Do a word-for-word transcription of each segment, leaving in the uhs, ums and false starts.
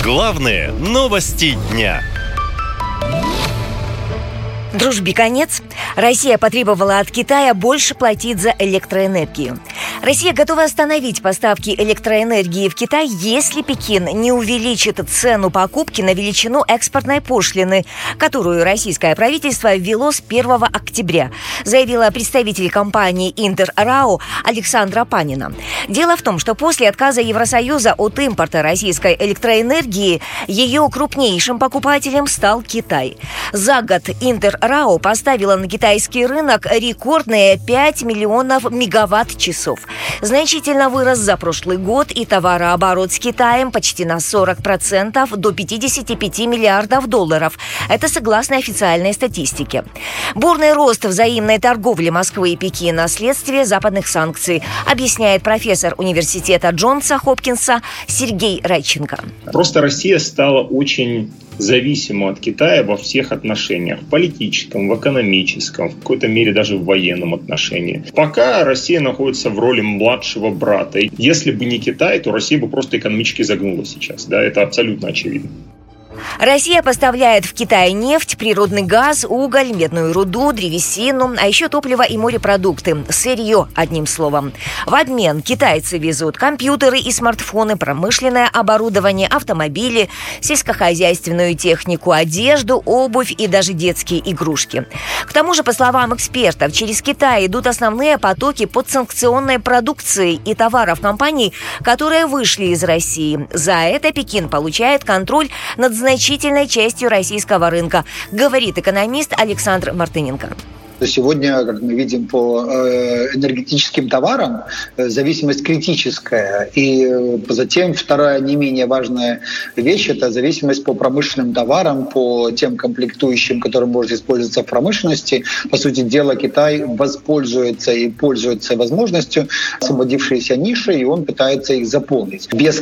Главные новости дня. Дружбе конец. Россия потребовала от Китая больше платить за электроэнергию. Россия готова остановить поставки электроэнергии в Китай, если Пекин не увеличит цену покупки на величину экспортной пошлины, которую российское правительство ввело с первого октября, заявила представитель компании «Интер РАО» Александра Панина. Дело в том, что после отказа Евросоюза от импорта российской электроэнергии ее крупнейшим покупателем стал Китай. За год «Интер РАО» поставила на китайский рынок рекордные пять миллионов мегаватт-часов. Значительно вырос за прошлый год и товарооборот с Китаем почти на сорок процентов до пятьдесят пять миллиардов долларов. Это согласно официальной статистике. Бурный рост взаимной торговли Москвы и Пекина – следствие западных санкций, объясняет профессор университета Джонса Хопкинса Сергей Радченко. Просто Россия стала очень зависима от Китая во всех отношениях. В политическом, в экономическом, в какой-то мере даже в военном отношении. Пока Россия находится в роли младшего брата. И если бы не Китай, то Россия бы просто экономически загнула сейчас. Да, это абсолютно очевидно. Россия поставляет в Китай нефть, природный газ, уголь, медную руду, древесину, а еще топливо и морепродукты, сырье, одним словом. В обмен китайцы везут компьютеры и смартфоны, промышленное оборудование, автомобили, сельскохозяйственную технику, одежду, обувь и даже детские игрушки. К тому же, по словам экспертов, через Китай идут основные потоки подсанкционной продукции и товаров компаний, которые вышли из России. За это Пекин получает контроль над значительной частью российского рынка, говорит экономист Александр Мартыненко. Сегодня, как мы видим по энергетическим товарам, зависимость критическая. И затем вторая не менее важная вещь – это зависимость по промышленным товарам, по тем комплектующим, которые можно использоваться в промышленности. По сути дела, Китай воспользуется и пользуется возможностью освободившиеся ниши, и он пытается их заполнить. Без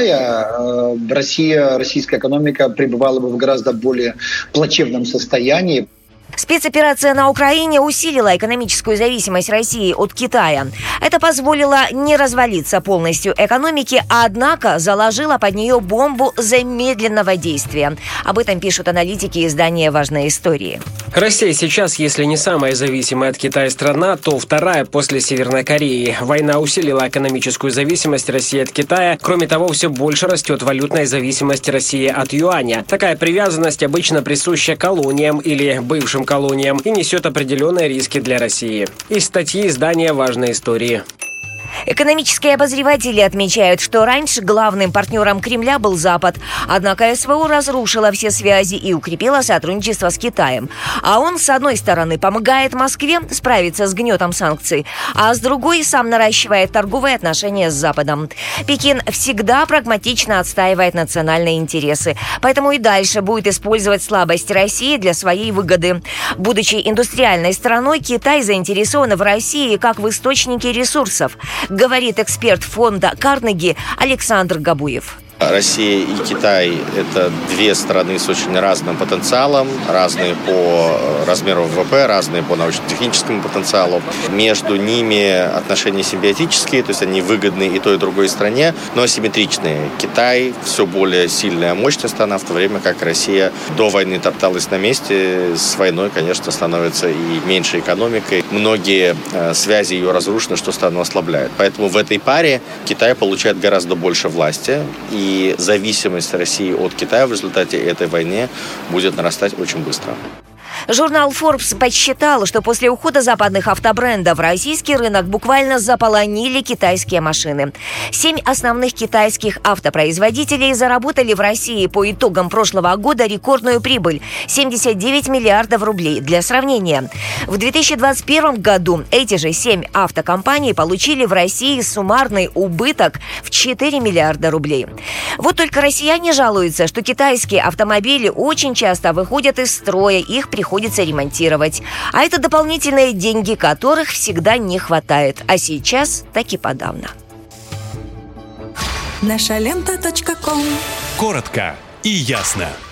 Китая Россия, российская экономика пребывала бы в гораздо более плачевном состоянии. Спецоперация на Украине усилила экономическую зависимость России от Китая. Это позволило не развалиться полностью экономике, однако заложило под нее бомбу замедленного действия. Об этом пишут аналитики издания «Важные истории». Россия сейчас, если не самая зависимая от Китая страна, то вторая после Северной Кореи. Война усилила экономическую зависимость России от Китая. Кроме того, все больше растет валютная зависимость России от юаня. Такая привязанность обычно присуща колониям или бывшим колониям и несет определенные риски для России. Из статьи издания «Важные истории». Экономические обозреватели отмечают, что раньше главным партнером Кремля был Запад, однако СВО разрушила все связи и укрепила сотрудничество с Китаем. А он, с одной стороны, помогает Москве справиться с гнетом санкций, а с другой сам наращивает торговые отношения с Западом. Пекин всегда прагматично отстаивает национальные интересы, поэтому и дальше будет использовать слабость России для своей выгоды. Будучи индустриальной страной, Китай заинтересован в России как в источнике ресурсов, говорит эксперт фонда Карнеги Александр Габуев. Россия и Китай – это две страны с очень разным потенциалом, разные по размеру ВВП, разные по научно-техническому потенциалу. Между ними отношения симбиотические, то есть они выгодны и той, и другой стране, но асимметричные. Китай – все более сильная, мощная страна, в то время как Россия до войны топталась на месте. С войной, конечно, становится и меньше экономикой. Многие связи ее разрушены, что страну ослабляет. Поэтому в этой паре Китай получает гораздо больше власти, и И зависимость России от Китая в результате этой войны будет нарастать очень быстро. Журнал Forbes подсчитал, что после ухода западных автобрендов российский рынок буквально заполонили китайские машины. Семь основных китайских автопроизводителей заработали в России по итогам прошлого года рекордную прибыль – семьдесят девять миллиардов рублей. Для сравнения, в две тысячи двадцать первом году эти же семь автокомпаний получили в России суммарный убыток в четыре миллиарда рублей. Вот только россияне жалуются, что китайские автомобили очень часто выходят из строя, их приходится ремонтировать. А это дополнительные деньги, которых всегда не хватает. А сейчас так и подавно. наша лента точка ком. Коротко и ясно.